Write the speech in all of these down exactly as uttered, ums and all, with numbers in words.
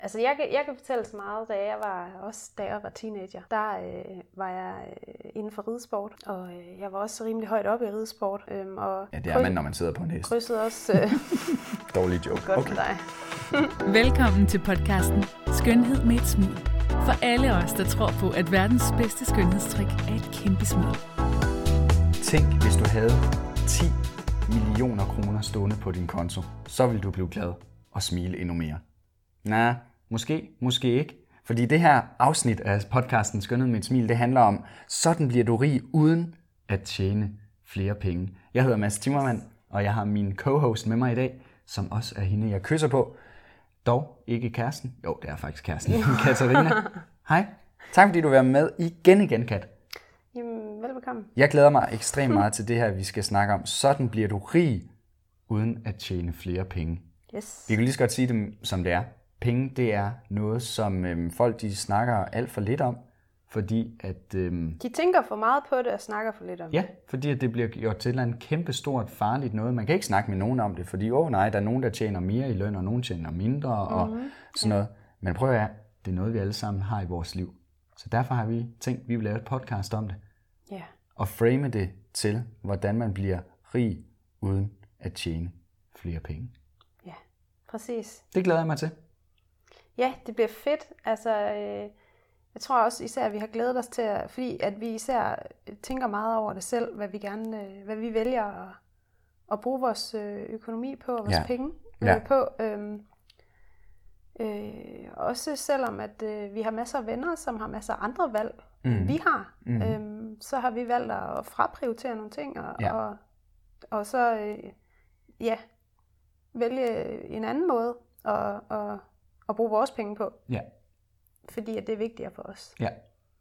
Altså jeg kan, jeg kan fortælle så meget, da jeg var, også da jeg var teenager, der øh, var jeg øh, inden for ridesport, og øh, jeg var også rimelig højt oppe i ridesport. Øh, og ja, det er man, når man sidder på en hest. Krydsede også... Øh, Dårlig joke. Godt okay. for dig. Velkommen til podcasten Skønhed med et smil. For alle os, der tror på, at verdens bedste skønhedstrik er et kæmpe smil. Tænk, hvis du havde ti millioner kroner stående på din konto, så ville du blive glad og smile endnu mere. Nej, måske, måske ikke. Fordi det her afsnit af podcasten Skønhed med et smil, det handler om, sådan bliver du rig uden at tjene flere penge. Jeg hedder Mads Timmermann, og jeg har min co-host med mig i dag, som også er hende, jeg kysser på. Dog ikke kæresten. Jo, det er faktisk kæresten. Katarina. Hej. Tak fordi du vil være med igen igen, Kat. Jamen, velbekomme. Jeg glæder mig ekstremt meget til det her, vi skal snakke om. Sådan bliver du rig uden at tjene flere penge. Yes. Vi kan lige så godt sige det, som det er. Penge, det er noget, som øhm, folk de snakker alt for lidt om, fordi at... Øhm, De tænker for meget på det og snakker for lidt om det. ja, fordi at det bliver gjort til et kæmpe stort farligt noget. Man kan ikke snakke med nogen om det, fordi åh nej, der er nogen, der tjener mere i løn, og nogen tjener mindre og mm-hmm. sådan noget. Men prøv at høre, det er noget, vi alle sammen har i vores liv. Så derfor har vi tænkt, at vi vil lave et podcast om det. Ja. Og frame det til, hvordan man bliver rig uden at tjene flere penge. Ja, præcis. Det glæder jeg mig til. Ja, det bliver fedt. Altså, øh, jeg tror også især, at vi har glædet os til, at, fordi at vi især tænker meget over det selv, hvad vi gerne, øh, hvad vi vælger at, at bruge vores øh, økonomi på, og vores Ja. penge øh, Ja. på. Øh, øh, også selvom, at øh, vi har masser af venner, som har masser af andre valg, Mhm. end vi har, Mhm. øh, så har vi valgt at fraprioritere nogle ting, og, Ja. og, og så øh, ja, vælge en anden måde at, at, at bruge vores penge på. Ja. Fordi at det er vigtigere for os. Ja.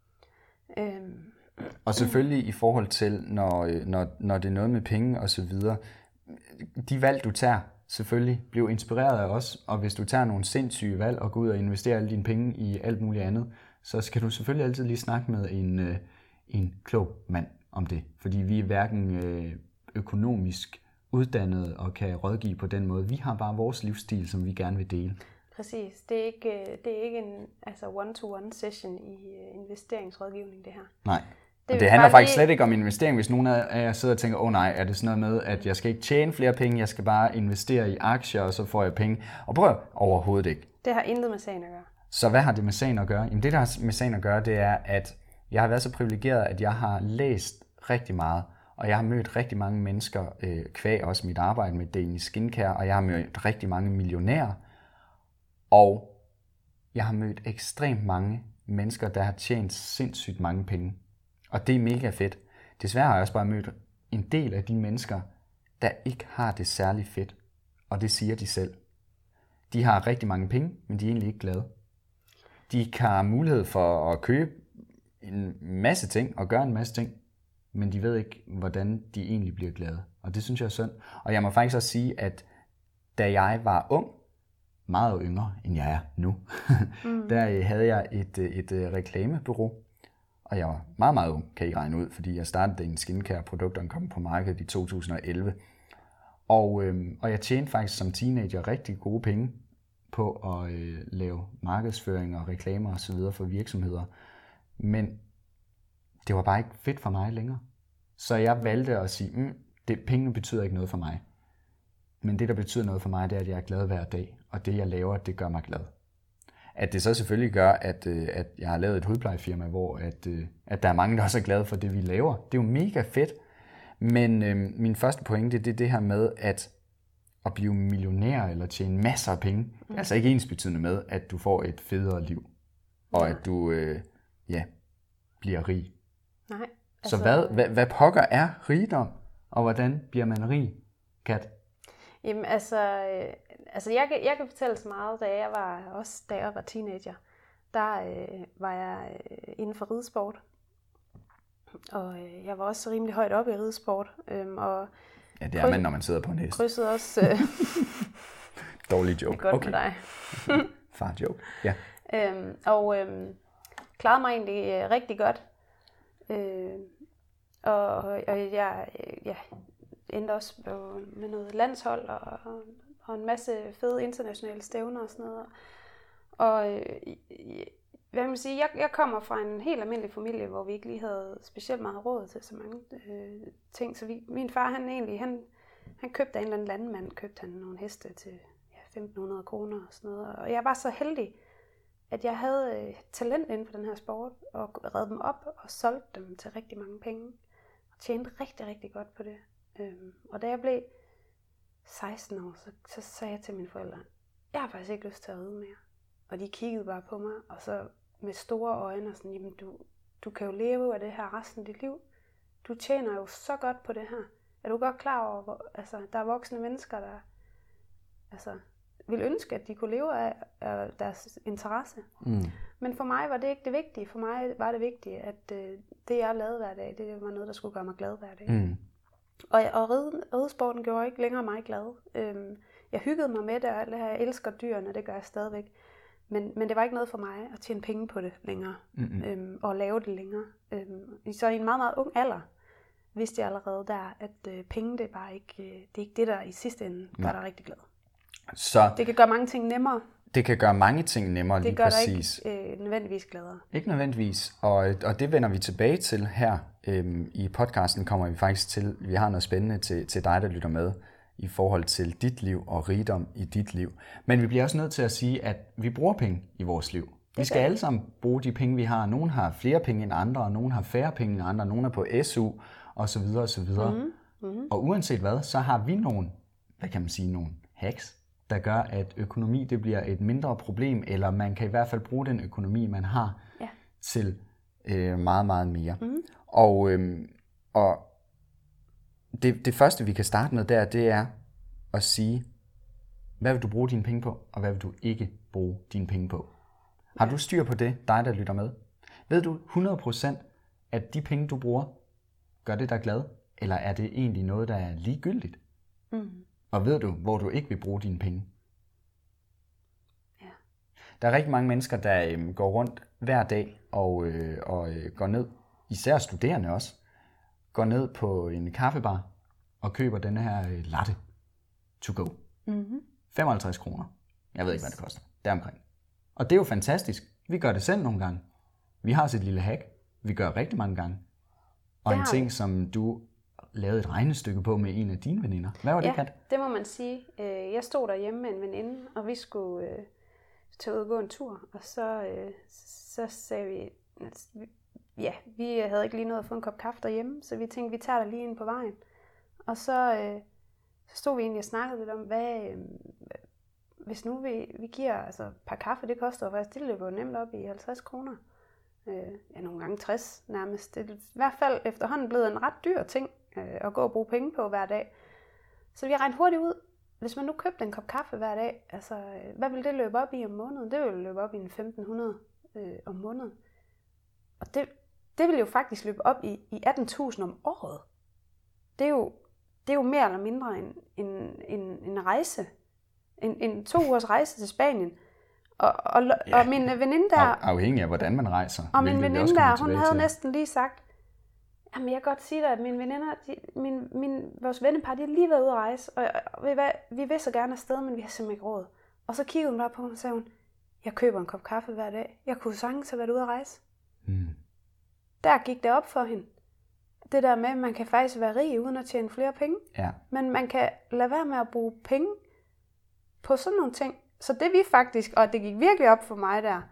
Øhm, Og selvfølgelig i forhold til, når, øh, når, når det er noget med penge og så videre, de valg, du tager, selvfølgelig bliver inspireret af os, og hvis du tager nogle sindssyge valg og går ud og investerer alle dine penge i alt muligt andet, så skal du selvfølgelig altid lige snakke med en, øh, en klog mand om det. Fordi vi er hverken øh, økonomisk uddannede og kan rådgive på den måde. Vi har bare vores livsstil, som vi gerne vil dele. præcis. Det er ikke, det er ikke en altså one-to-one session i uh, investeringsrådgivning, det her. Nej. Det, Og det handler faktisk slet ikke om investering, hvis nogen af jer sidder og tænker, åh oh, nej, er det sådan noget med, at jeg skal ikke tjene flere penge, jeg skal bare investere i aktier, og så får jeg penge. Og prøv overhovedet ikke. Det har intet med sagen at gøre. Så hvad har det med sagen at gøre? Jamen det, der har med sagen at gøre, det er, at jeg har været så privilegeret, at jeg har læst rigtig meget, og jeg har mødt rigtig mange mennesker, øh, kvæg også mit arbejde med Danish Skincare, og jeg har mødt rigtig mange millionærer, og jeg har mødt ekstremt mange mennesker, der har tjent sindssygt mange penge. Og det er mega fedt. Desværre har jeg også bare mødt en del af de mennesker, der ikke har det særlig fedt. Og det siger de selv. De har rigtig mange penge, men de er egentlig ikke glade. De har mulighed for at købe en masse ting og gøre en masse ting, men de ved ikke, hvordan de egentlig bliver glade. Og det synes jeg er synd. Og jeg må faktisk også sige, at da jeg var ung, meget yngre end jeg er nu, mm. der havde jeg et, et, et reklamebureau. Og jeg var meget, meget ung, kan I regne ud, fordi jeg startede en skincare-produkt, og kom på markedet i to tusind og elleve. Og, øhm, og jeg tjente faktisk som teenager rigtig gode penge på at øh, lave markedsføring og reklamer osv. for virksomheder. Men det var bare ikke fedt for mig længere. Så jeg valgte at sige, mm, det, pengene betyder ikke noget for mig. Men det, der betyder noget for mig, det er, at jeg er glad hver dag. Og det, jeg laver, det gør mig glad. At det så selvfølgelig gør, at, at jeg har lavet et hudplejefirma, hvor at, at der er mange, der også er glade for det, vi laver. Det er jo mega fedt. Men øh, min første pointe, det er det her med, at at blive millionær eller tjene masser af penge, mm. er altså ikke ensbetydende med, at du får et federe liv. Og ja. at du øh, ja, bliver rig. Nej. Altså... Så hvad, hvad, hvad pokker er rigdom? Og hvordan bliver man rig, Kat? Jamen altså, øh, altså jeg, kan, jeg kan fortælle så meget, da jeg var, også da jeg var teenager, der øh, var jeg øh, inden for ridesport. Og øh, jeg var også rimelig højt oppe i ridesport. Øh, og ja, det er kryds, man, når man sidder på en hest. Krydsede også... Øh, Dårlig joke. Det er godt okay. med dig. Far joke, ja. Øhm, og øhm, klarede mig egentlig øh, rigtig godt. Øh, og, og jeg ja, endte også med noget landshold og, og en masse fede internationale stævner og sådan noget. og øh, hvad man sige, jeg, jeg kommer fra en helt almindelig familie, hvor vi ikke lige havde specielt meget råd til så mange øh, ting. Så vi, min far, han egentlig, han, han købte af en eller anden landmand, købte han nogle heste til ja, femten hundrede kroner og sådan noget. Og jeg var så heldig, at jeg havde øh, talent inden for den her sport, og redde dem op og solgte dem til rigtig mange penge. Og tjente rigtig, rigtig godt på det. Øhm, og da jeg blev seksten år, så, så sagde jeg til mine forældre, jeg har faktisk ikke lyst til at ride mere. Og de kiggede bare på mig, og så med store øjne og sådan, jamen du, du kan jo leve af det her resten af dit liv. Du tjener jo så godt på det her. Er du godt klar over, hvor, altså, der er voksne mennesker, der altså, vil ønske, at de kunne leve af, af deres interesse. Mm. Men for mig var det ikke det vigtige. For mig var det vigtige, at øh, det jeg lavede hver dag, det var noget, der skulle gøre mig glad hver dag. Mm. Og, og ride, ridesporten gjorde ikke længere mig glad. Øhm, jeg hyggede mig med det og alt det her. Jeg elsker dyrene, det gør jeg stadigvæk. Men, men det var ikke noget for mig at tjene penge på det længere. Mm-hmm. Øhm, og lave det længere. Øhm, så i en meget, meget ung alder vidste jeg allerede der, at øh, penge, det er bare ikke, øh, det er ikke det, der i sidste ende gør ja. dig rigtig glad. Så det kan gøre mange ting nemmere. Det kan gøre mange ting nemmere, det lige præcis. Det gør dig ikke øh, nødvendigvis gladere. Ikke nødvendigvis, og, og det vender vi tilbage til her øhm, i podcasten, kommer vi faktisk til. Vi har noget spændende til, til dig, der lytter med, i forhold til dit liv og rigdom i dit liv. Men vi bliver også nødt til at sige, at vi bruger penge i vores liv. Vi skal alle sammen bruge de penge, vi har. Nogle har flere penge end andre, og nogle har færre penge end andre, nogle er på S U, og så videre, og så videre. Mm-hmm. Mm-hmm. Og uanset hvad, så har vi nogle, hvad kan man sige, nogle hacks, der gør, at økonomi det bliver et mindre problem, eller man kan i hvert fald bruge den økonomi, man har, ja. til øh, meget, meget mere. Mm-hmm. Og, øh, og det, det første, vi kan starte med der, det er at sige, hvad vil du bruge dine penge på, og hvad vil du ikke bruge dine penge på? Har du styr på det, dig der lytter med? Ved du hundrede procent, at de penge, du bruger, gør det dig glad? Eller er det egentlig noget, der er ligegyldigt? Mm. Og ved du, hvor du ikke vil bruge dine penge? Ja. Der er rigtig mange mennesker, der øh, går rundt hver dag og, øh, og øh, går ned, især studerende også, går ned på en kaffebar og køber denne her øh, latte to go. Mm-hmm. femoghalvtreds kroner. Jeg ved ikke, hvad det koster. Deromkring. Og det er jo fantastisk. Vi gør det selv nogle gange. Vi har også et lille hack. Vi gør rigtig mange gange. Og en ting, som du lavede et regnestykke på med en af dine veninder. Hvad var det, ja, Kat? Det må man sige. Jeg stod derhjemme med en veninde, og vi skulle øh, tage ud og gå en tur. Og så, øh, så sagde vi, at ja, vi havde ikke lige noget at få en kop kaffe derhjemme, så vi tænkte, vi tager der lige ind på vejen. Og så, øh, så stod vi egentlig og snakkede lidt om, hvad, øh, hvis nu vi, vi giver altså et par kaffe, det koster jo faktisk, det løber jo nemt op i halvtreds kroner. Øh, ja, nogle gange tres nærmest. Det er i hvert fald efterhånden blevet en ret dyr ting øh, at gå og bruge penge på hver dag. Så vi har regnet hurtigt ud, hvis man nu købte en kop kaffe hver dag, altså øh, hvad vil det løbe op i om måneden? Det vil løbe op i en femten hundrede øh, om måneden. Og det, det vil jo faktisk løbe op i, i atten tusind om året. Det er jo, det er jo mere eller mindre en, en, en, en rejse. En, en to ugers rejse til Spanien. Og, og, ja, og min veninde der... Afhængig af, hvordan man rejser. Og min veninde der, hun havde til. næsten lige sagt, jamen jeg kan godt sige dig, at mine veninder, de, min, min, vores vennepar, de har lige været ude at rejse, og, og ved hvad, vi vil så gerne afsted, men vi har simpelthen ikke råd. Og så kiggede hun bare på mig og sagde hun, jeg køber en kop kaffe hver dag. Jeg kunne sagtens have været ude at rejse. Hmm. Der gik det op for hende. Det der med, at man kan faktisk være rig uden at tjene flere penge. Ja. Men man kan lade være med at bruge penge på sådan nogle ting. Så det vi faktisk, og det gik virkelig op for mig der,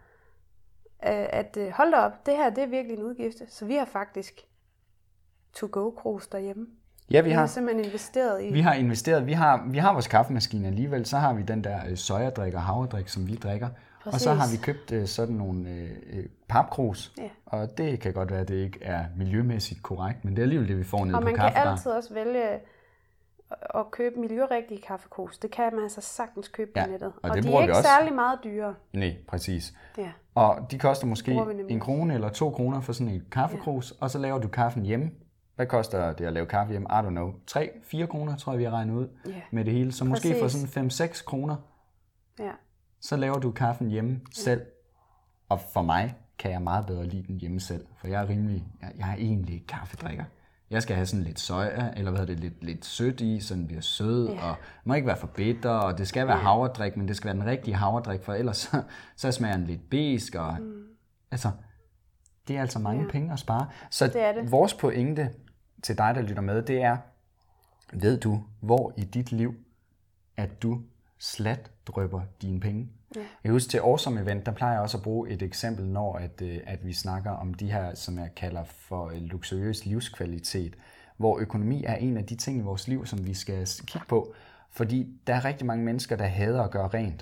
at hold da op, det her det er virkelig en udgift. Så vi har faktisk to-go-cruise derhjemme. Ja, vi, vi har, har simpelthen investeret i. Vi har investeret, vi har, vi har vores kaffemaskine alligevel, så har vi den der sojadrik og havredrik, som vi drikker. Præcis. Og så har vi købt uh, sådan nogle uh, papkrus, ja. Og det kan godt være, at det ikke er miljømæssigt korrekt, men det er alligevel det, vi får ned på kaffebar. Og man kan altid også vælge at købe miljørigtige kaffekrus. Det kan man altså sagtens købe ja, på nettet. Og, og de er ikke særlig meget dyre. Nej, præcis. Ja. Og de koster måske en krone eller to kroner for sådan et kaffekrus, ja. Og så laver du kaffen hjemme. Hvad koster det at lave kaffe hjemme? I don't know. tre fire kroner, tror jeg, vi har regnet ud ja. Med det hele. Så præcis. Måske for sådan fem seks kroner, ja. Så laver du kaffen hjemme ja. Selv. Og for mig kan jeg meget bedre lide den hjemme selv. For jeg er rimelig, jeg, jeg er egentlig ikke kaffedrikker. jeg skal have sådan lidt soja, eller hvad hedder det, lidt, lidt sødt i, så den bliver sød, Ja. og må ikke være for bitter, og det skal være Ja. havredrik, men det skal være den rigtige havredrik, for ellers så, så smager den lidt besk, og mm. altså, det er altså mange Ja. penge at spare. Så Det er det. vores pointe til dig, der lytter med, det er, ved du, hvor i dit liv, at du slat drypper dine penge? Ja. Jeg husker til Awesome Event, der plejer jeg også at bruge et eksempel, når at, at vi snakker om de her, som jeg kalder for luksuriøs livskvalitet, hvor økonomi er en af de ting i vores liv, som vi skal kigge på, fordi der er rigtig mange mennesker, der hader at gøre rent.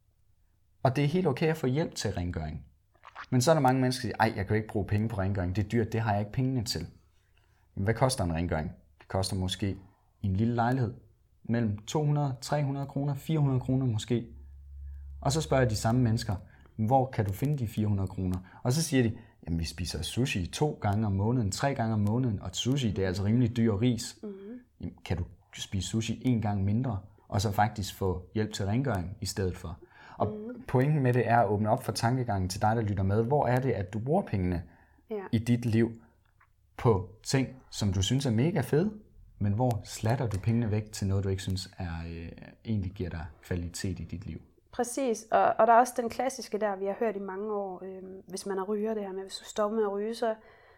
Og det er helt okay at få hjælp til rengøring. Men så er der mange mennesker, der siger, ej, jeg kan jo ikke bruge penge på rengøring, det er dyrt, det har jeg ikke pengene til. Men hvad koster en rengøring? Det koster måske i en lille lejlighed mellem to hundrede, tre hundrede kroner, fire hundrede kroner måske. Og så spørger jeg de samme mennesker, hvor kan du finde de fire hundrede kroner? Og så siger de, jamen vi spiser sushi to gange om måneden, tre gange om måneden, og sushi det er altså rimelig dyr ris. Mm-hmm. Jamen, kan du spise sushi en gang mindre, og så faktisk få hjælp til rengøring i stedet for? Og mm. pointen med det er at åbne op for tankegangen til dig, der lytter med. Hvor er det, at du bruger pengene ja. i dit liv på ting, som du synes er mega fede, men hvor slatter du pengene væk til noget, du ikke synes er, øh, egentlig giver dig kvalitet i dit liv? Præcis, og, og der er også den klassiske der, vi har hørt i mange år, øh, hvis man er ryger det her med, hvis du stopper med at ryge, så,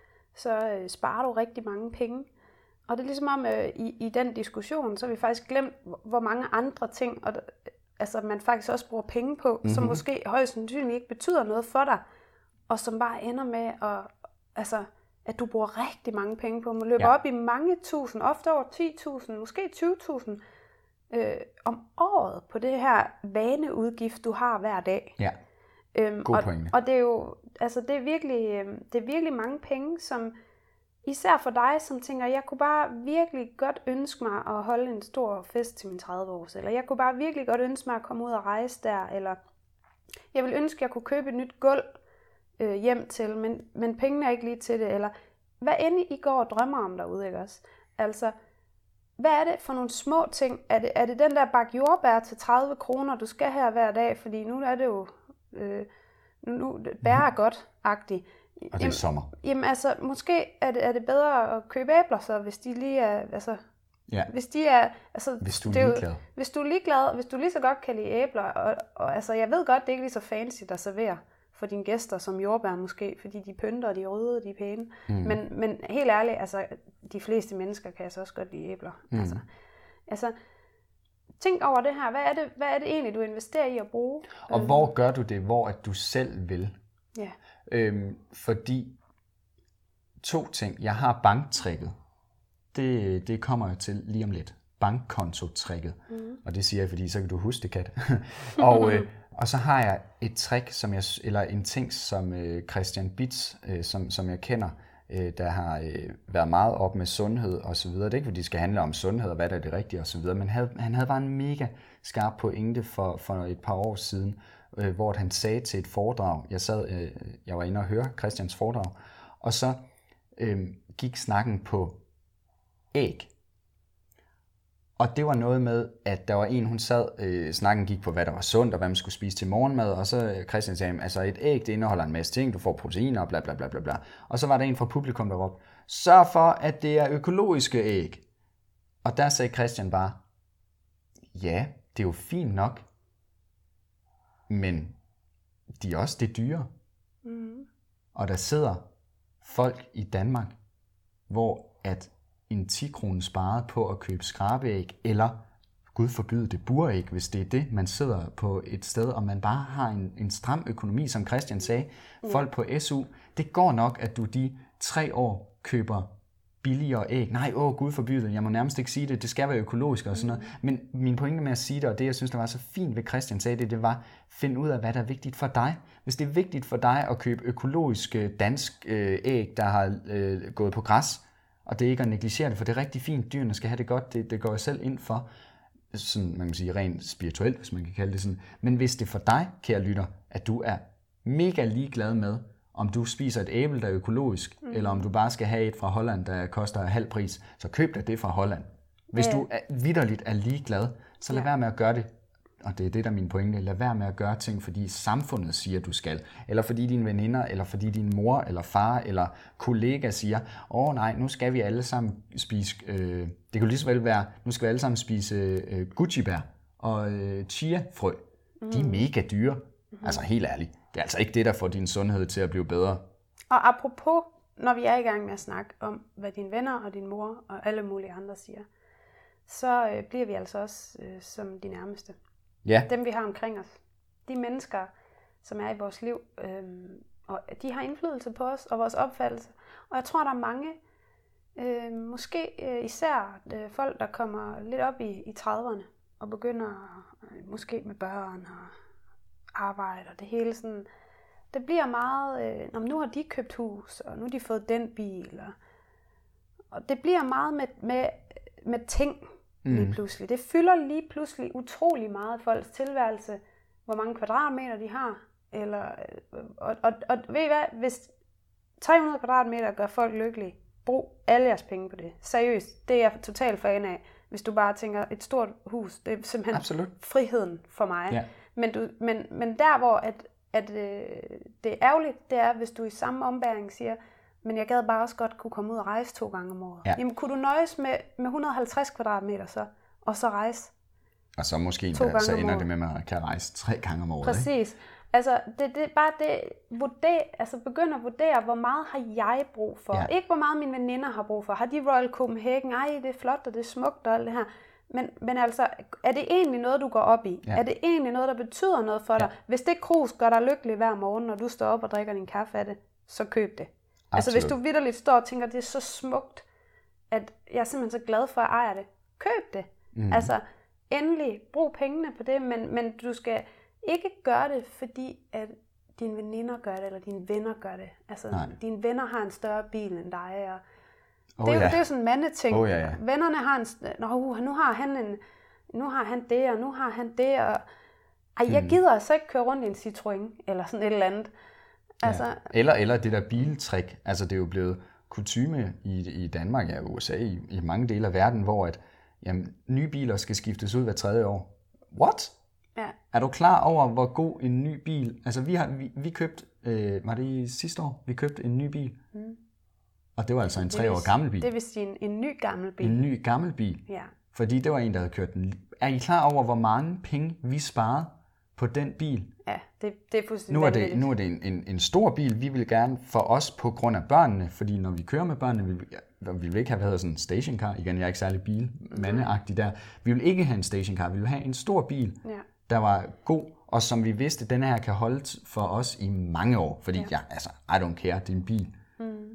så øh, sparer du rigtig mange penge. Og det er ligesom om, øh, i, i den diskussion, så har vi faktisk glemt, hvor mange andre ting, og, altså, man faktisk også bruger penge på, mm-hmm. som måske højst sandsynligt ikke betyder noget for dig, og som bare ender med, at, altså, at du bruger rigtig mange penge på. Man løber ja. op i mange tusind, ofte over ti tusind, måske tyve tusind, Øh, om året på det her vaneudgift, du har hver dag. Ja, øhm, god og, pointe. og det er jo, altså det er virkelig, øh, det er virkelig mange penge, som især for dig, som tænker, jeg kunne bare virkelig godt ønske mig at holde en stor fest til min tredive års, eller jeg kunne bare virkelig godt ønske mig at komme ud og rejse der, eller jeg vil ønske, at jeg kunne købe et nyt gulv øh, hjem til, men, men pengene er ikke lige til det, eller hvad end I går og drømmer om derude, ikke også? Altså, hvad er det for nogle små ting? Er det, er det den der bakke jordbær til tredive kroner, du skal have hver dag? Fordi nu er det jo, øh, nu, nu bær er godt-agtigt. Og det er jamen, sommer. Jamen altså, måske er det, er det bedre at købe æbler, så hvis de lige er, altså, ja. hvis de er, altså, hvis du er det er ligeglad. Jo, hvis du er ligeglad, hvis du lige så godt kan lide æbler, og, og altså, jeg ved godt, det er ikke lige så fancy at servere for dine gæster som jordbær måske, fordi de pynter, og de er røde, de er pæne. Mm. Men, men helt ærligt, altså, de fleste mennesker kan altså også godt lide æbler. Mm. Altså, altså, tænk over det her. Hvad er det, hvad er det egentlig, du investerer i at bruge? Og øhm. hvor gør du det, hvor at du selv vil? Ja. Øhm, fordi to ting. Jeg har banktrækket. Det, det kommer jeg til lige om lidt. Bankkontotricket. Mm. Og det siger jeg, fordi så kan du huske det, Kat. og, øh, og så har jeg et trick, som jeg, eller en ting, som øh, Christian Bitz, øh, som, som jeg kender, øh, der har øh, været meget op med sundhed og så videre. Det er ikke, fordi det skal handle om sundhed og hvad der er det rigtige og så videre, men havde, han havde bare en mega skarp pointe for, for et par år siden, øh, hvor han sagde til et foredrag, jeg sad, øh, jeg var inde og høre Christians foredrag, og så øh, gik snakken på æg. Og det var noget med, at der var en, hun sad, øh, snakken gik på, hvad der var sundt, og hvad man skulle spise til morgenmad, og så Christian sagde, altså et æg, det indeholder en masse ting, du får proteiner, og bla bla bla bla bla. Og så var der en fra publikum, der råbte, sørg for, at det er økologiske æg. Og der sagde Christian bare, ja, det er jo fint nok, men de er også det dyre. Mm. Og der sidder folk i Danmark, hvor at en ti kroner sparet på at købe skrabeæg, eller Gud forbyde det, buræg, hvis det er det, man sidder på et sted, og man bare har en, en stram økonomi, som Christian sagde, folk på S U, det går nok, at du de tre år køber billigere æg. Nej, åh, Gud forbyde det, jeg må nærmest ikke sige det, det skal være økologisk og sådan noget. Men min pointe med at sige det, og det jeg synes, der var så fint ved Christian sagde det, det var, find ud af, hvad der er vigtigt for dig. Hvis det er vigtigt for dig at købe økologiske dansk øh, æg, der har øh, gået på græs, og det er ikke at negligere det, for det er rigtig fint, dyrene skal have det godt, det, det går jeg selv ind for, sådan man kan sige rent spirituelt, hvis man kan kalde det sådan. Men hvis det er for dig, kære lytter, at du er mega ligeglad med, om du spiser et æble, der er økologisk, mm. eller om du bare skal have et fra Holland, der koster halv pris, så køb dig det fra Holland. Hvis ja. du er, vitterligt er ligeglad, så lad ja. være med at gøre det og det er det, der er min pointe, lad være med at gøre ting, fordi samfundet siger, du skal, eller fordi dine veninder, eller fordi din mor, eller far, eller kollega siger, åh oh, nej, nu skal vi alle sammen spise, øh, det kan lige så vel være, nu skal vi alle sammen spise øh, Gucci-bær og øh, chia-frø. Mm. De er mega dyre. Mm. Altså helt ærligt, det er altså ikke det, der får din sundhed til at blive bedre. Og apropos, når vi er i gang med at snakke om, hvad dine venner og din mor og alle mulige andre siger, så øh, bliver vi altså også øh, som de nærmeste. Ja. Dem vi har omkring os. De mennesker, som er i vores liv, øh, og de har indflydelse på os og vores opfattelse. Og jeg tror, der er mange, øh, måske øh, især øh, folk, der kommer lidt op i, i trediverne og begynder øh, måske med børn og arbejde og det hele sådan. Det bliver meget, øh, nu har de købt hus, og nu har de fået den bil. Og, og det bliver meget med, med, med ting lige mm. pludselig. Det fylder lige pludselig utrolig meget af folks tilværelse, hvor mange kvadratmeter de har. Eller, og, og, og ved I hvad, hvis tre hundrede kvadratmeter gør folk lykkelige, brug alle jeres penge på det. Seriøst, det er jeg totalt fan af. Hvis du bare tænker, et stort hus, det er simpelthen Absolut. friheden for mig. Ja. Men, du, men, men der, hvor at, at, øh, det er ærgerligt, det er, hvis du i samme ombæring siger, men jeg gad bare også godt kunne komme ud og rejse to gange om året. Ja. Jamen, kunne du nøjes med, med et hundrede og halvtreds kvadratmeter så, og så rejse? Og så måske endda, så ender det med, at man kan rejse tre gange om året. Præcis. Ikke? Altså, det, det er bare det, vurder, altså begynd at vurdere, hvor meget har jeg brug for. Ja. Ikke hvor meget mine veninder har brug for. Har de Royal Copenhagen? Ej, det er flot, og det er smukt og alt det her. Men, men altså, er det egentlig noget, du går op i? Ja. Er det egentlig noget, der betyder noget for dig? Ja. Hvis det krus gør dig lykkelig hver morgen, når du står op og drikker din kaffe af det, så køb det. Absolut. Altså, hvis du vitterligt står og tænker, det er så smukt, at jeg er simpelthen så glad for, at jeg ejer det. Køb det. Mm. Altså, endelig, brug pengene på det, men, men du skal ikke gøre det, fordi at dine veninder gør det, eller dine venner gør det. Altså, Nej. dine venner har en større bil end dig, og Oh, det, er jo, ja. det er jo sådan en mandeting. Oh, ja, ja. Vennerne har en, Nå, nu har han en, nu har han det, og nu har han det, og ej, jeg gider altså ikke køre rundt i en Citroën, eller sådan et eller andet. Altså, ja. eller, eller det der biltrik, altså det er jo blevet kutyme i, i Danmark, ja, U S A, i, i mange dele af verden, hvor at, jamen, nye biler skal skiftes ud hver tredje år. What? Ja. Er du klar over, hvor god en ny bil, altså vi har, vi, vi købte, øh, var det i sidste år, vi købte en ny bil, mm. Og det var altså en tre år gammel bil. Det vil sige en, en ny gammel bil. En ny gammel bil. Ja. Fordi det var en, der havde kørt den. Er I klar over, hvor mange penge vi sparede på den bil? Ja, det, det er fuldstændig nu er det, nu er det en, en, en stor bil. Vi vil gerne for os på grund af børnene, fordi når vi kører med børnene, vi, ja, vi vil ikke have, hvad hedder sådan en stationcar. Igen, jeg er ikke særlig bilmandeagtig der. Vi vil ikke have en stationcar. Vi vil have en stor bil, ja. Der var god, og som vi vidste, den her kan holde for os i mange år. Fordi, ja, ja altså, I don't care, det er en bil. Mm.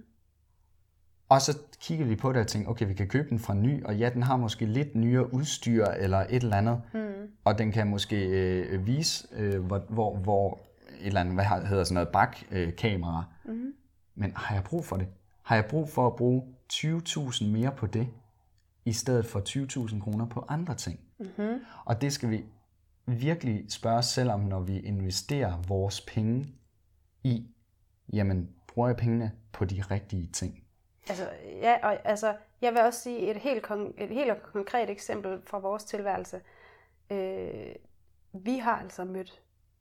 Og så kiggede vi på det og tænkte, okay, vi kan købe den fra ny, og ja, den har måske lidt nyere udstyr eller et eller andet, mm. og den kan måske øh, vise, øh, hvor, hvor, hvor et eller andet, hvad hedder sådan noget, bakkamera. Øh, mm. Men har jeg brug for det? Har jeg brug for at bruge tyve tusind mere på det, i stedet for tyve tusind kroner på andre ting? Mm-hmm. Og det skal vi virkelig spørge os selv om, når vi investerer vores penge i, jamen, bruger jeg pengene på de rigtige ting? Altså, ja, og altså, jeg vil også sige et helt, kon- et helt konkret eksempel fra vores tilværelse. Øh, vi har altså mødt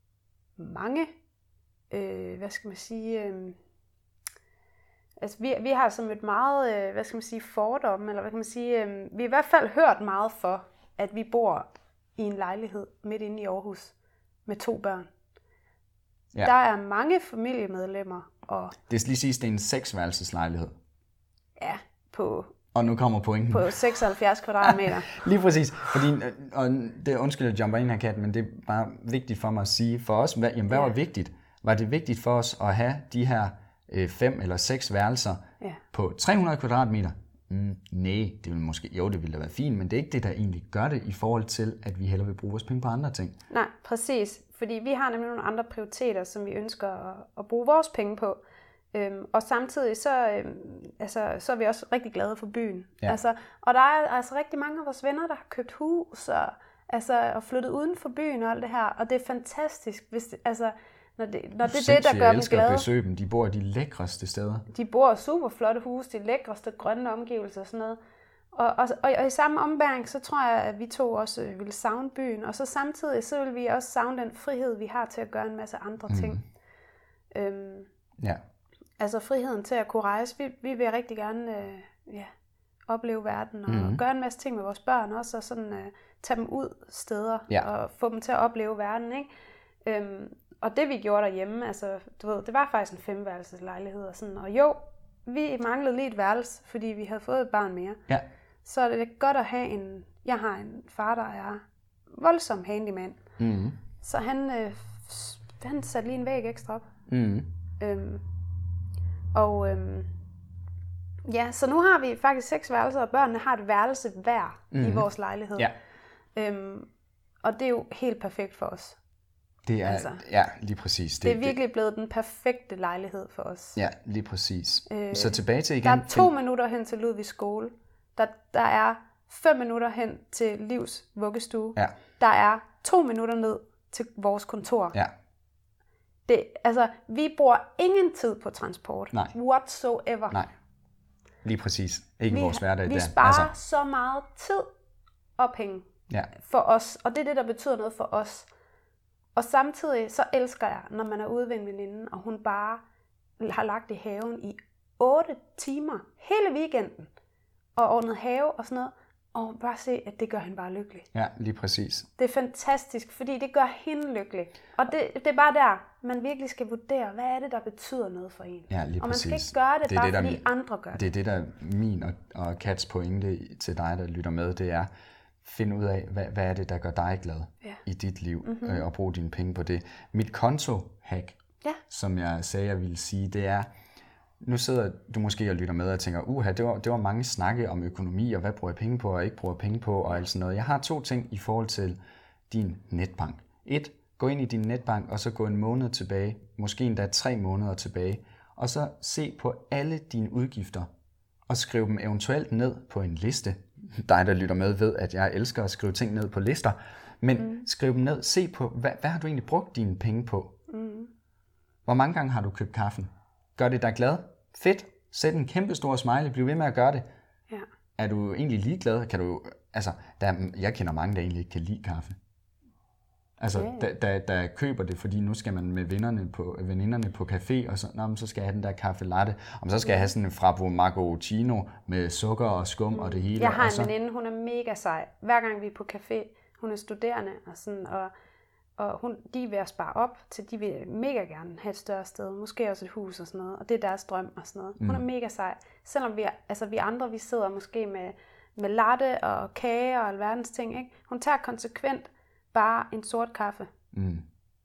mange, øh, hvad skal man sige, øh, altså vi, vi har altså mødt meget, øh, hvad skal man sige, fordomme, eller hvad kan man sige, øh, vi har i hvert fald hørt meget for, at vi bor i en lejlighed midt inde i Aarhus med to børn. Ja. Der er mange familiemedlemmer. Og det skal lige siges, det er en seksværelseslejlighed. Ja, på, og nu kommer pointen. På seksoghalvfjerds kvadratmeter. Lige præcis. Fordi, og det, undskyld, at jumper ind her, Kat, men det er bare vigtigt for mig at sige, for os, hvad, jamen, hvad ja. var vigtigt? Var det vigtigt for os at have de her øh, fem eller seks værelser ja. på tre hundrede kvadratmeter? Mm, nej, det vil måske, jo, det ville da være fint, men det er ikke det, der egentlig gør det i forhold til, at vi hellere vil bruge vores penge på andre ting. Nej, præcis. Fordi vi har nemlig nogle andre prioriteter, som vi ønsker at, at bruge vores penge på. Øhm, og samtidig så, øhm, altså, så er vi også rigtig glade for byen. Ja. Altså, og der er altså rigtig mange af vores venner, der har købt hus og, altså, og flyttet uden for byen og alt det her. Og det er fantastisk, hvis det, altså, når det, når det er det, der gør dem glade. Jeg elsker at besøge dem. De bor i de lækreste steder. De bor i super flotte huse, de lækreste grønne omgivelser og sådan noget. Og, og, og, og i samme ombæring, så tror jeg, at vi to også øh, ville savne byen. Og så samtidig, så vil vi også savne den frihed, vi har til at gøre en masse andre ting. Mm. Øhm, ja. Altså friheden til at kunne rejse. Vi, vi vil rigtig gerne øh, ja, opleve verden og Mm. gøre en masse ting med vores børn også. Og sådan øh, tage dem ud steder ja. og få dem til at opleve verden, ikke? Øhm, og det vi gjorde derhjemme, altså, du ved, det var faktisk en femværelseslejlighed. Og, sådan, og jo, vi manglede lige et værelse, fordi vi havde fået et barn mere. Ja. Så er det godt at have en... Jeg har en far, der er voldsom handyman. Mm. Så han, øh, han satte lige en væg ekstra op. Mm. Øhm, og øhm, ja, så nu har vi faktisk seks værelser, og børnene har et værelse hver mm. i vores lejlighed. Ja. Øhm, og det er jo helt perfekt for os. Det er, altså, ja, lige præcis. Det, det er virkelig blevet den perfekte lejlighed for os. Ja, lige præcis. Øh, så tilbage til igen. Der er to minutter hen til Ludvigs skole. Der, der er fem minutter hen til Livs vuggestue. Ja. Der er to minutter ned til vores kontor. Ja. Det, altså, vi bruger ingen tid på transport. Nej. Whatsoever. Nej. Lige præcis. Ikke vi, vores hverdag vi der. Vi sparer altså. så meget tid og penge ja. for os. Og det er det, der betyder noget for os. Og samtidig så elsker jeg, når man er ude ved en veninde, og hun bare har lagt i haven i otte timer hele weekenden. Og ordnet have og sådan noget. Og bare se, at det gør hende bare lykkelig. Ja, lige præcis. Det er fantastisk, fordi det gør hende lykkelig. Og det, det er bare der, man virkelig skal vurdere, hvad er det, der betyder noget for en. Ja, lige og man præcis. skal ikke gøre det, det bare det, fordi der, andre gør det. Det er det, der min og, og Kats pointe til dig, der lytter med, det er, find ud af, hvad, hvad er det, der gør dig glad ja. i dit liv, mm-hmm. øh, og brug dine penge på det. Mit konto-hack, ja. som jeg sagde, jeg ville sige, det er, nu sidder du måske og lytter med og tænker, uha, det var, det var mange snakke om økonomi, og hvad bruger jeg penge på, og ikke bruger penge på, og alt sådan noget. Jeg har to ting i forhold til din netbank. Et, gå ind i din netbank, og så gå en måned tilbage, måske endda tre måneder tilbage, og så se på alle dine udgifter, og skriv dem eventuelt ned på en liste. Dig, der lytter med, ved, at jeg elsker at skrive ting ned på lister, men mm. skriv dem ned, se på, hvad, hvad har du egentlig brugt dine penge på? Mm. Hvor mange gange har du købt kaffen? Gør det dig glad? Fedt. Sæt en kæmpe stor smiley. Bliv ved med at gøre det. Ja. Er du egentlig ligeglad? Kan du, altså, der, jeg kender mange, der egentlig ikke kan lide kaffe. Altså, yeah. der, der, der køber det, fordi nu skal man med vennerne på, veninderne på café, og så, nå, så skal jeg have den der kaffe latte. Og så skal jeg have sådan en frappo macchiato med sukker og skum mm. og det hele. Jeg har en så... veninde, hun er mega sej. Hver gang vi er på café, hun er studerende, og, sådan, og, og hun, de er ved at spare op, til de vil mega gerne have et større sted. Måske også et hus og sådan noget, og det er deres drøm og sådan noget. Hun mm. er mega sej. Selvom vi, altså, vi andre, vi sidder måske med, med latte og kage og alverdens ting, ikke? Hun tager konsekvent bare en sort kaffe. Mm.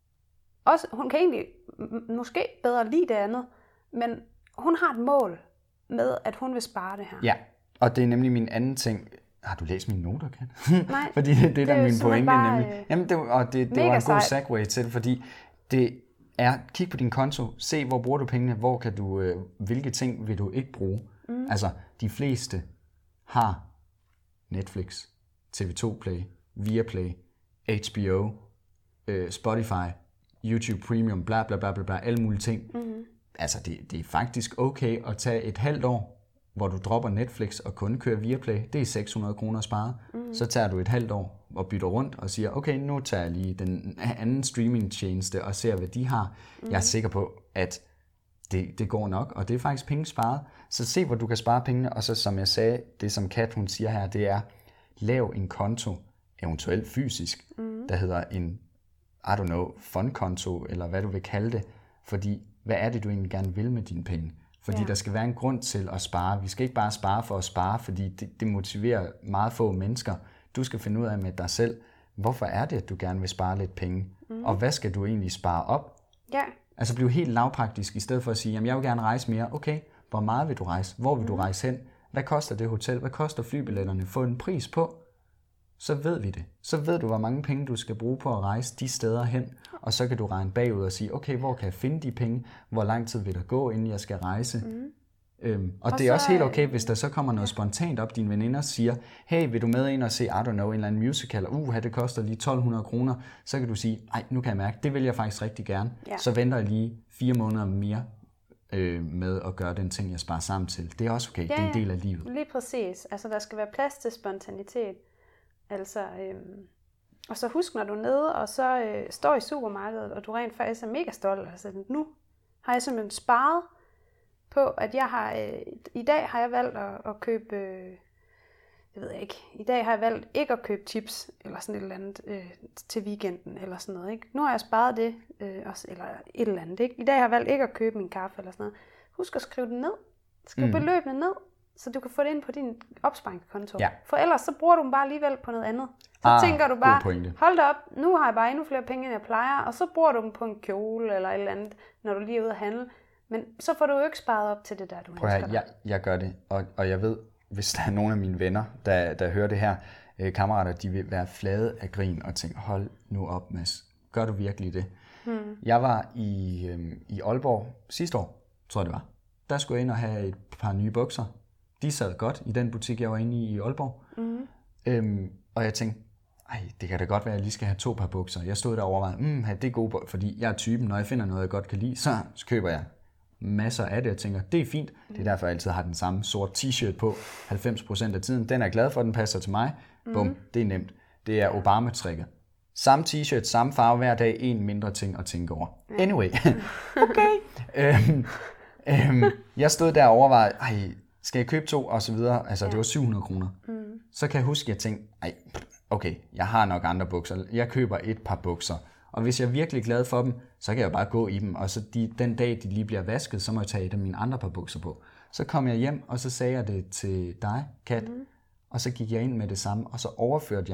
Også, hun kan egentlig m- måske bedre lide det andet, men hun har et mål med, at hun vil spare det her. Ja, og det er nemlig min anden ting. Har du læst mine noter, Kat? Nej. Fordi det, det er der min pointe bare, nemlig. Jamen, det, og det, det var en god segue til det, fordi det er, kig på din konto, se hvor bruger du pengene, hvor kan du, øh, hvilke ting vil du ikke bruge. Mm. Altså, de fleste har Netflix, T V to Play, Viaplay, H B O, øh, Spotify, YouTube Premium, bla bla bla bla, bla alle mulige ting. Mm-hmm. Altså, det, det er faktisk okay at tage et halvt år, hvor du dropper Netflix og kun kører Viaplay. Det er seks hundrede kroner sparet. Mm-hmm. Så tager du et halvt år og bytter rundt og siger, okay, nu tager jeg lige den anden streamingtjeneste og ser, hvad de har. Mm-hmm. Jeg er sikker på, at det, det går nok, og det er faktisk penge sparet. Så se, hvor du kan spare pengene, og så som jeg sagde, det som Kat hun siger her, det er, lav en konto, eventuelt fysisk, mm. der hedder en, I don't know, fondkonto, eller hvad du vil kalde det, fordi hvad er det, du egentlig gerne vil med dine penge? Fordi ja. Der skal være en grund til at spare. Vi skal ikke bare spare for at spare, fordi det, det motiverer meget få mennesker. Du skal finde ud af med dig selv, hvorfor er det, at du gerne vil spare lidt penge? Mm. Og hvad skal du egentlig spare op? Ja. Altså blive helt lavpraktisk, i stedet for at sige, jamen jeg vil gerne rejse mere. Okay, hvor meget vil du rejse? Hvor vil mm. du rejse hen? Hvad koster det hotel? Hvad koster flybilletterne? Få en pris på. Så ved vi det. Så ved du, hvor mange penge du skal bruge på at rejse de steder hen, og så kan du regne bagud og sige, okay, hvor kan jeg finde de penge? Hvor lang tid vil der gå, inden jeg skal rejse? Mm. Øhm, og, og det er så, også helt okay, hvis der så kommer noget spontant op, dine veninder siger, hey, vil du med ind og se, I don't know, en eller anden musical, uha, det koster lige tolv hundrede kroner, så kan du sige, ej, nu kan jeg mærke, det vil jeg faktisk rigtig gerne. Ja. Så venter jeg lige fire måneder mere, øh, med at gøre den ting, jeg sparer sammen til. Det er også okay, ja, det er en del af livet. Lige præcis. Altså, der skal være plads til spontanitet. Altså, øhm, og så husk, når du er nede, og så øh, står i supermarkedet, og du rent faktisk er mega stolt. Altså, nu har jeg simpelthen sparet på, at jeg har, øh, i dag har jeg valgt at, at købe, øh, det ved jeg ikke, i dag har jeg valgt ikke at købe chips, eller sådan et eller andet, øh, til weekenden, eller sådan noget, ikke? Nu har jeg sparet det, øh, også, eller et eller andet, ikke? I dag har jeg valgt ikke at købe min kaffe, eller sådan noget. Husk at skrive det ned. Skriv mm. beløbene ned, så du kan få det ind på din opsparingskonto. Ja. For ellers så bruger du dem bare alligevel på noget andet. Så ah, tænker du bare, hold da op, nu har jeg bare endnu flere penge, end jeg plejer, og så bruger du dem på en kjole eller et eller andet, når du lige er ude at handle. Men så får du jo ikke sparet op til det der, du Prøv ønsker dig. Jeg, jeg gør det, og, og jeg ved, hvis der er nogen af mine venner, der, der hører det her, øh, kammerater, de vil være flade af grin og tænke, hold nu op, Mads. Gør du virkelig det? Hmm. Jeg var i, øh, i Aalborg sidste år, tror jeg det var. Der skulle jeg ind og have et par nye bukser. De sad godt i den butik, jeg var inde i i Aalborg. Mm. Øhm, og jeg tænkte, ej, det kan da godt være, at jeg lige skal have to par bukser. Jeg stod der og overvejede, mm, det er gode, fordi jeg er typen, når jeg finder noget, jeg godt kan lide, så, så køber jeg masser af det, og tænker, det er fint. Mm. Det er derfor, jeg altid har den samme sort t-shirt på halvfems procent af tiden. Den er jeg glad for, den passer til mig. Mm. Bum, det er nemt. Det er Obama-tricket. Samme t-shirt, samme farve hver dag, en mindre ting at tænke over. Anyway. Okay. øhm, øhm, jeg stod der og overvejede, ej, skal jeg købe to, og så videre. Altså, ja. Det var syv hundrede kroner. Mm. Så kan jeg huske, at jeg tænkte, ej, okay, jeg har nok andre bukser. Jeg køber et par bukser. Og hvis jeg er virkelig glad for dem, så kan jeg bare gå i dem. Og så de, den dag, de lige bliver vasket, så må jeg tage et af mine andre par bukser på. Så kom jeg hjem, og så sagde jeg det til dig, Kat. Mm. Og så gik jeg ind med det samme, og så overførte jeg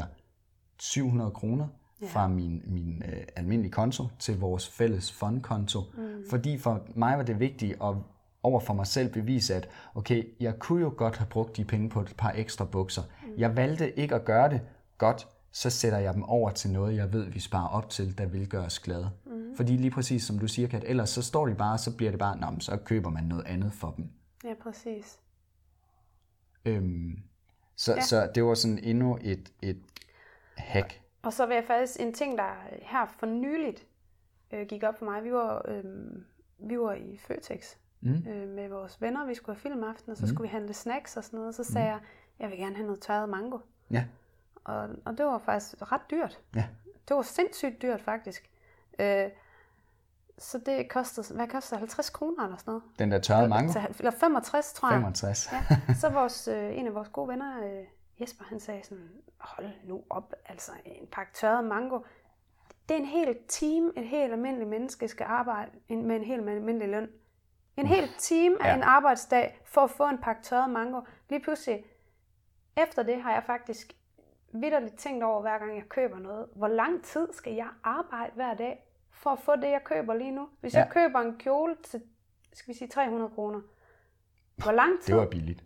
syv hundrede kroner ja. fra min, min øh, almindelige konto til vores fælles fondkonto. Mm. Fordi for mig var det vigtigt at over for mig selv bevise, at okay, jeg kunne jo godt have brugt de penge på et par ekstra bukser. Mm. Jeg valgte ikke at gøre det godt, så sætter jeg dem over til noget, jeg ved, vi sparer op til, der vil gøre os glade. Mm. Fordi lige præcis som du siger, Kat, ellers så står de bare, så bliver det bare, nå, så køber man noget andet for dem. Ja, præcis. Øhm, så, ja. så det var sådan endnu et, et hack. Og så vil jeg faktisk, en ting, der her for nyligt øh, gik op for mig, vi var, øh, vi var i Føtex mm. øh, med vores venner, vi skulle have filmaften, og så mm. skulle vi handle snacks og sådan noget, så sagde mm. jeg, jeg vil gerne have noget tørret mango. Ja. Og, og det var faktisk ret dyrt. Ja. Det var sindssygt dyrt faktisk. Øh, så det kostede, hvad kostede halvtreds kroner eller sådan noget? Den der tørrede mango? Eller femogtres, tror jeg. femogtres. Ja. Så vores, øh, en af vores gode venner, øh, Jesper, han sagde sådan, hold nu op, altså en pakke tørret mango. Det er en hel time, et helt almindeligt menneske skal arbejde med en helt almindelig løn. En hel time af ja. en arbejdsdag for at få en pakke tørret mango. Lige pludselig, efter det har jeg faktisk vitterligt tænkt over, hver gang jeg køber noget. Hvor lang tid skal jeg arbejde hver dag for at få det, jeg køber lige nu? Hvis ja. jeg køber en kjole til, skal vi sige, tre hundrede kroner. Hvor lang tid? Det var billigt.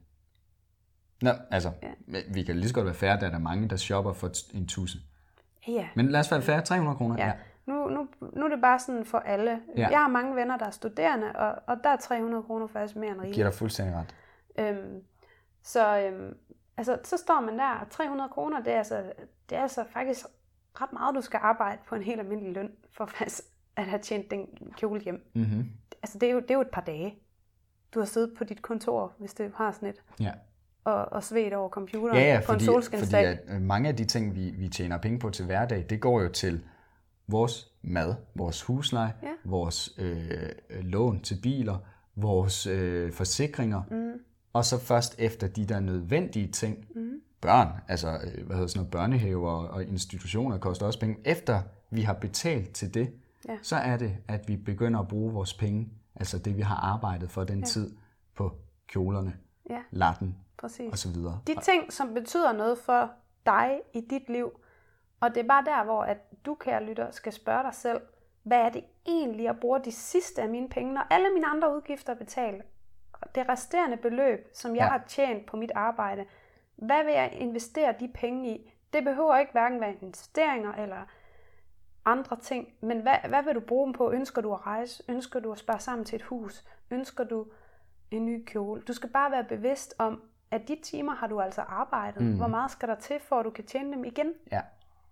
Nå, altså, ja. vi kan lige så godt være færre, der er der mange, der shopper for en tusind. Ja. Men lad os være færre, tre hundrede kroner. Ja. Ja. Nu, nu, nu er det bare sådan for alle. Ja. Jeg har mange venner, der er studerende, og, og der er tre hundrede kroner faktisk mere end rigeligt. Giver dig fuldstændig ret. Øhm, så, øhm, altså, så står man der, og tre hundrede kroner, det er, altså, det er altså faktisk ret meget, du skal arbejde på en helt almindelig løn, for faktisk at have tjent den kjole hjem. Mm-hmm. Altså, det er, jo, det er jo et par dage. Du har siddet på dit kontor, hvis det har sådan et. Ja. Og, og svedt over computeren ja, ja, på fordi, en solskinsdag. Fordi at mange af de ting, vi, vi tjener penge på til hverdag, det går jo til vores mad, vores husleje, ja. vores øh, lån til biler, vores øh, forsikringer, mm. og så først efter de der nødvendige ting, mm. børn, altså hvad hedder sådan noget, børnehaver og institutioner koster også penge. Efter vi har betalt til det, ja. så er det, at vi begynder at bruge vores penge, altså det vi har arbejdet for den ja. tid, på kjolerne, ja. latten og så videre. De ting, som betyder noget for dig i dit liv, og det er bare der, hvor at du, kære lytter, skal spørge dig selv, hvad er det egentlig, jeg bruger de sidste af mine penge, når alle mine andre udgifter er betalt? Det resterende beløb, som jeg ja. har tjent på mit arbejde, hvad vil jeg investere de penge i? Det behøver ikke hverken være investeringer eller andre ting, men hvad, hvad vil du bruge dem på? Ønsker du at rejse? Ønsker du at spare sammen til et hus? Ønsker du en ny kjole? Du skal bare være bevidst om, at de timer har du altså arbejdet. Mm. Hvor meget skal der til, for at du kan tjene dem igen? Ja.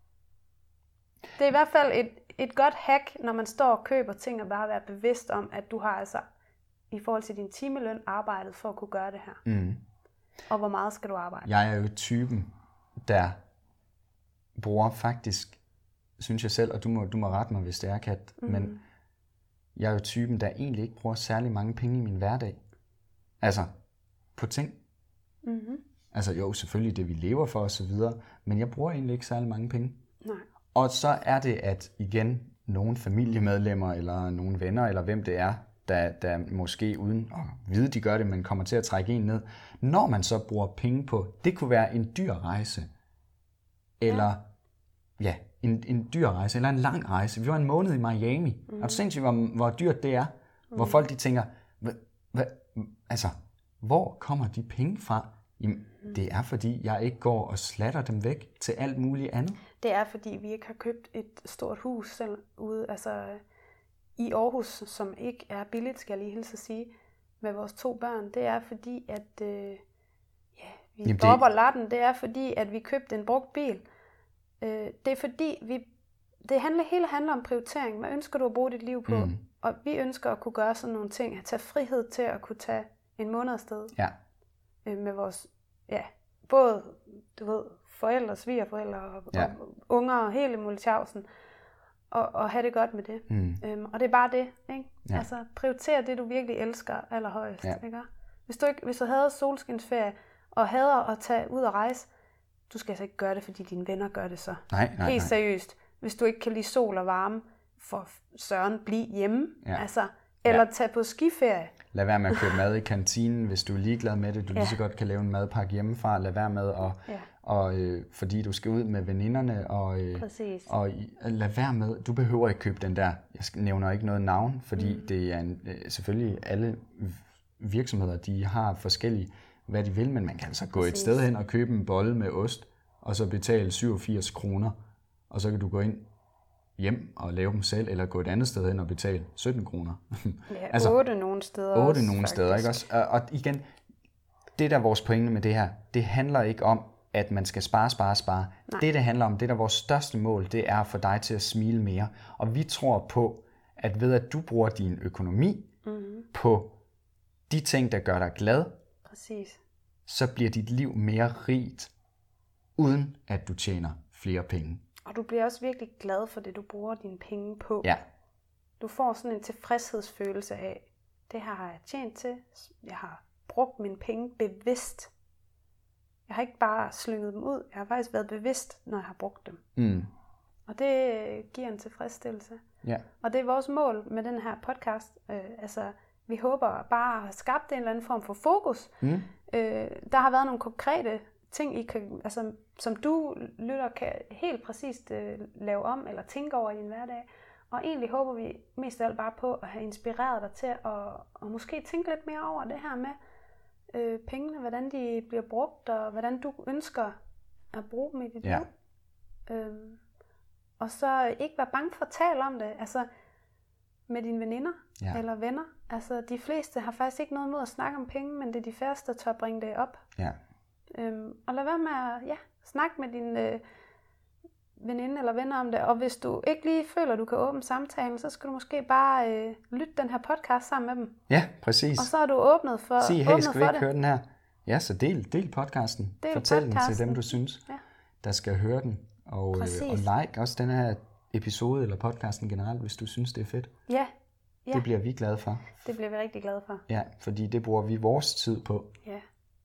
Det er i hvert fald et, et godt hack, når man står og køber ting, og bare være bevidst om, at du har altså i forhold til din timeløn arbejdet for at kunne gøre det her? Mm. Og hvor meget skal du arbejde? Jeg er jo typen, der bruger faktisk, synes jeg selv, og du må, du må rette mig, hvis det er, Kat, mm. men jeg er jo typen, der egentlig ikke bruger særlig mange penge i min hverdag. Altså, på ting. Mm-hmm. Altså jo, selvfølgelig det, vi lever for og så videre, men jeg bruger egentlig ikke særlig mange penge. Nej. Og så er det, at igen, nogle familiemedlemmer, eller nogle venner, eller hvem det er, der, der måske uden at vide, de gør det, men kommer til at trække en ned. Når man så bruger penge på, det kunne være en dyr rejse, eller ja, ja en, en dyr rejse, eller en lang rejse. Vi var en måned i Miami, mm. og du tænkte, hvor, hvor dyrt det er, mm. hvor folk de tænker, hva, hva, altså, hvor kommer de penge fra? Jamen, mm. det er, fordi jeg ikke går og slatter dem væk til alt muligt andet. Det er, fordi vi ikke har købt et stort hus selv ude, altså i Aarhus, som ikke er billigt, skal jeg lige hilse at sige, med vores to børn. Det er fordi, at øh, ja, vi Jamen, dropper det... latten. Det er fordi, at vi købte en brugt bil. Øh, det er fordi, vi, det handler, hele handler om prioritering. Hvad ønsker du at bruge dit liv på? Mm. Og vi ønsker at kunne gøre sådan nogle ting. At tage frihed til at kunne tage en måned afsted. Ja. Øh, med vores, ja, både, du ved, forældre, svigerforældre og, ja. og unger og hele multitjavsen. Og, og have det godt med det. Mm. Øhm, og det er bare det, ikke? Ja. Altså, prioriter det, du virkelig elsker allerhøjest, ja. Ikke? Hvis du, ikke, hvis du havde solskinsferie, og hader at tage ud og rejse, du skal altså ikke gøre det, fordi dine venner gør det så. Nej, nej, Helt nej. seriøst. Hvis du ikke kan lide sol og varme, for søren, bliv hjemme. Ja. Altså, eller ja. tage på skiferie. Lad være med at købe mad i kantinen, hvis du er ligeglad med det. Du ja. lige så godt kan lave en madpakke hjemmefra. Lad være med, at, ja. og, øh, fordi du skal ud med veninderne. Og, øh, og lad være med, du behøver ikke købe den der, jeg nævner ikke noget navn, fordi mm. det er en, øh, selvfølgelig alle virksomheder, de har forskellige, hvad de vil, men man kan altså gå Præcis. et sted hen og købe en bolle med ost, og så betale syvogfirs kroner, og så kan du gå ind hjem og lave dem selv, eller gå et andet sted hen og betale sytten kroner. Ja, altså, otte nogle steder otte også, nogle faktisk. steder, ikke også? Og, og igen, det der er vores pointe med det her, det handler ikke om, at man skal spare, spare, spare. Nej. Det, det handler om, det der er vores største mål, det er at få dig til at smile mere. Og vi tror på, at ved at du bruger din økonomi mm-hmm. på de ting, der gør dig glad, Præcis. så bliver dit liv mere rigt, uden at du tjener flere penge. Og du bliver også virkelig glad for det, du bruger dine penge på. Ja. Du får sådan en tilfredshedsfølelse af, det her har jeg tjent til. Jeg har brugt mine penge bevidst. Jeg har ikke bare slynget dem ud. Jeg har faktisk været bevidst, når jeg har brugt dem. Mm. Og det giver en tilfredsstillelse. Ja. Og det er vores mål med den her podcast. Øh, altså, vi håber bare at have skabt en eller anden form for fokus. Mm. Øh, der har været nogle konkrete ting, I kan, altså, som du lytter kan helt præcist øh, lave om eller tænke over i din hverdag. Og egentlig håber vi mest af alt bare på at have inspireret dig til at, at måske tænke lidt mere over det her med øh, pengene, hvordan de bliver brugt, og hvordan du ønsker at bruge dem i dit ja. liv. Øhm, og så ikke være bange for at tale om det, altså med dine veninder ja. eller venner. Altså de fleste har faktisk ikke noget mod at snakke om penge, men det er de færreste, der tør bringe det op. Ja. Øhm, og lad være med at ja, snakke med dine øh, veninde eller venner om det. Og hvis du ikke lige føler, at du kan åbne samtalen, så skal du måske bare øh, lytte den her podcast sammen med dem. Ja, præcis. Og så er du åbnet for, Sig, hey, åbnet skal for vi ikke det. høre den her? Ja, så del, del podcasten. Del Fortæl podcasten. den til dem, du synes, ja. der skal høre den. Og, øh, og like også den her episode eller podcasten generelt, hvis du synes, det er fedt. Ja. ja. Det bliver vi glade for. Det bliver vi rigtig glade for. Ja, fordi det bruger vi vores tid på. Ja.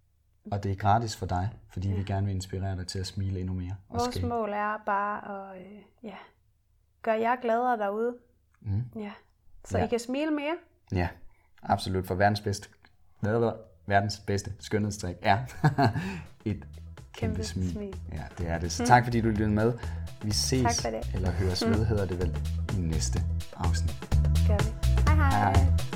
Og det er gratis for dig, fordi ja. vi gerne vil inspirere dig til at smile endnu mere. Og vores skabe. mål er bare at øh, ja, gøre jer gladere derude. Mm. Ja. Så ja. I kan smile mere. Ja, absolut. For verdens bedste, verdens bedste skønhedstrik er et kæmpe, kæmpe smil. smil. Ja, det er det. Så tak fordi du lyttede med. Vi ses, eller høres ved, hedder det vel, i næste afsnit. Gør vi. Hej hej. hej, hej.